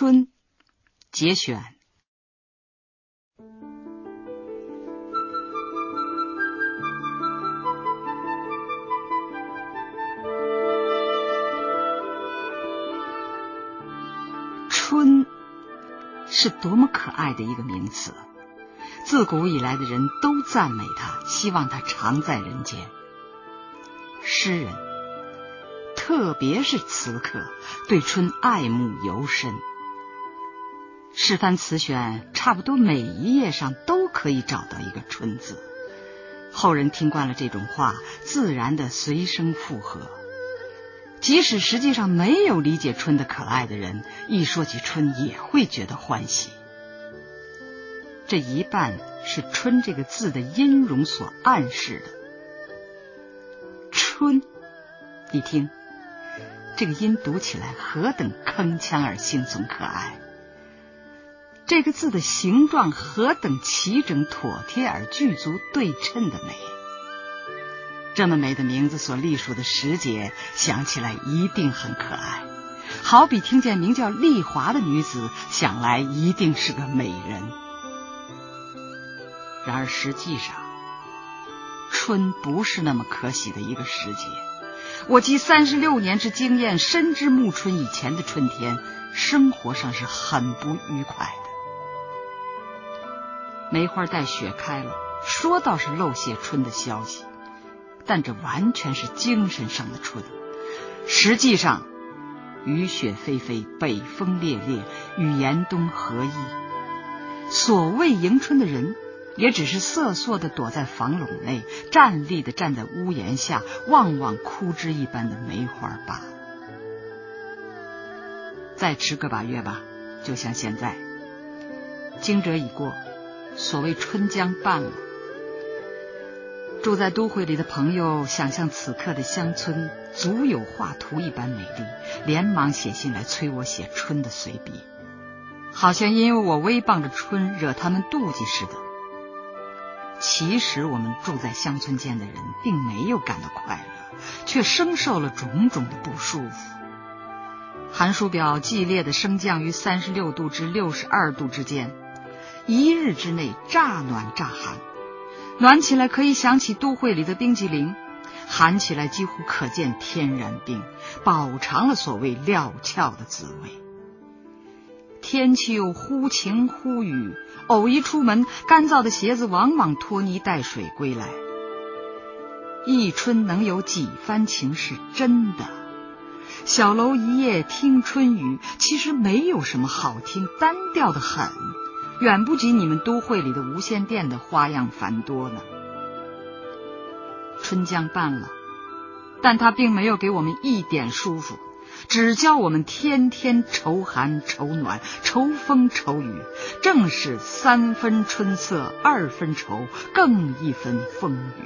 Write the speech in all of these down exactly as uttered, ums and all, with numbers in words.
春节选。春是多么可爱的一个名词，自古以来的人都赞美它，希望它常在人间。诗人，特别是词客，对春爱慕尤深。诗番词选差不多每一页上都可以找到一个春字，后人听惯了这种话，自然的随声附和。即使实际上没有理解春的可爱的人，一说起春也会觉得欢喜。这一半是春这个字的音容所暗示的。春，你听这个音读起来何等铿锵而轻松可爱，这个字的形状何等齐整妥帖而具足对称的美。这么美的名字所隶属的时节，想起来一定很可爱，好比听见名叫丽华的女子，想来一定是个美人。然而实际上，春不是那么可喜的一个时节。我集三十六年之经验，深知暮春以前的春天，生活上是很不愉快的。梅花带雪开了，说倒是漏些春的消息，但这完全是精神上的春。实际上，雨雪霏霏，北风烈烈，与严冬合一。所谓迎春的人，也只是瑟瑟地躲在房垄内，站立地站在屋檐下，望望枯枝一般的梅花罢了。再迟个把月吧，就像现在，惊蛰已过，所谓春将半了。住在都会里的朋友想象此刻的乡村足有画图一般美丽，连忙写信来催我写春的随笔，好像因为我威傍着春惹他们妒忌似的。其实我们住在乡村间的人并没有感到快乐，却生受了种种的不舒服。寒暑表剧烈的升降于三十六度至六十二度之间，一日之内乍暖乍寒，暖起来可以想起都会里的冰激凌，寒起来几乎可见天然冰，饱尝了所谓料峭的滋味。天气又忽晴忽雨，偶一出门，干燥的鞋子往往拖泥带水归来。一春能有几番情是真的，小楼一夜听春雨，其实没有什么好听，单调的很，远不及你们都会里的无线电的花样繁多呢。春将半了，但它并没有给我们一点舒服，只教我们天天愁寒愁暖，愁风愁雨，正是三分春色二分愁，更一分风雨。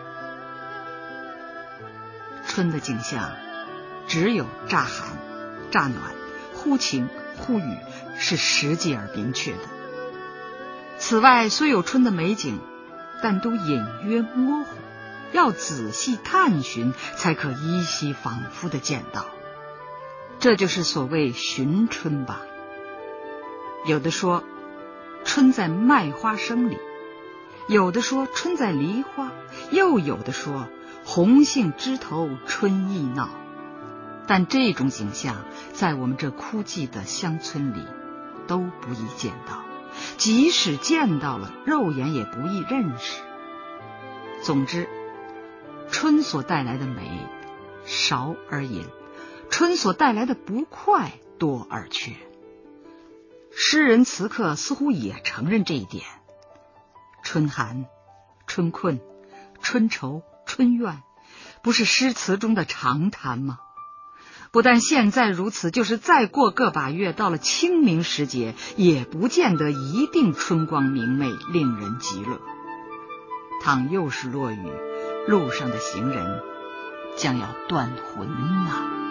春的景象只有乍寒乍暖，忽晴忽雨，是实际而明确的。此外虽有春的美景，但都隐约模糊，要仔细探寻才可依稀仿佛地见到。这就是所谓寻春吧。有的说春在麦花生里，有的说春在梨花，又有的说红杏枝头春意闹。但这种景象在我们这枯寂的乡村里都不易见到，即使见到了，肉眼也不易认识。总之，春所带来的美少而隐，春所带来的不快多而缺。诗人词客似乎也承认这一点。春寒、春困、春愁、春怨，不是诗词中的常谈吗？不但现在如此，就是再过个把月，到了清明时节，也不见得一定春光明媚，令人极乐。倘又是落雨，路上的行人将要断魂啊！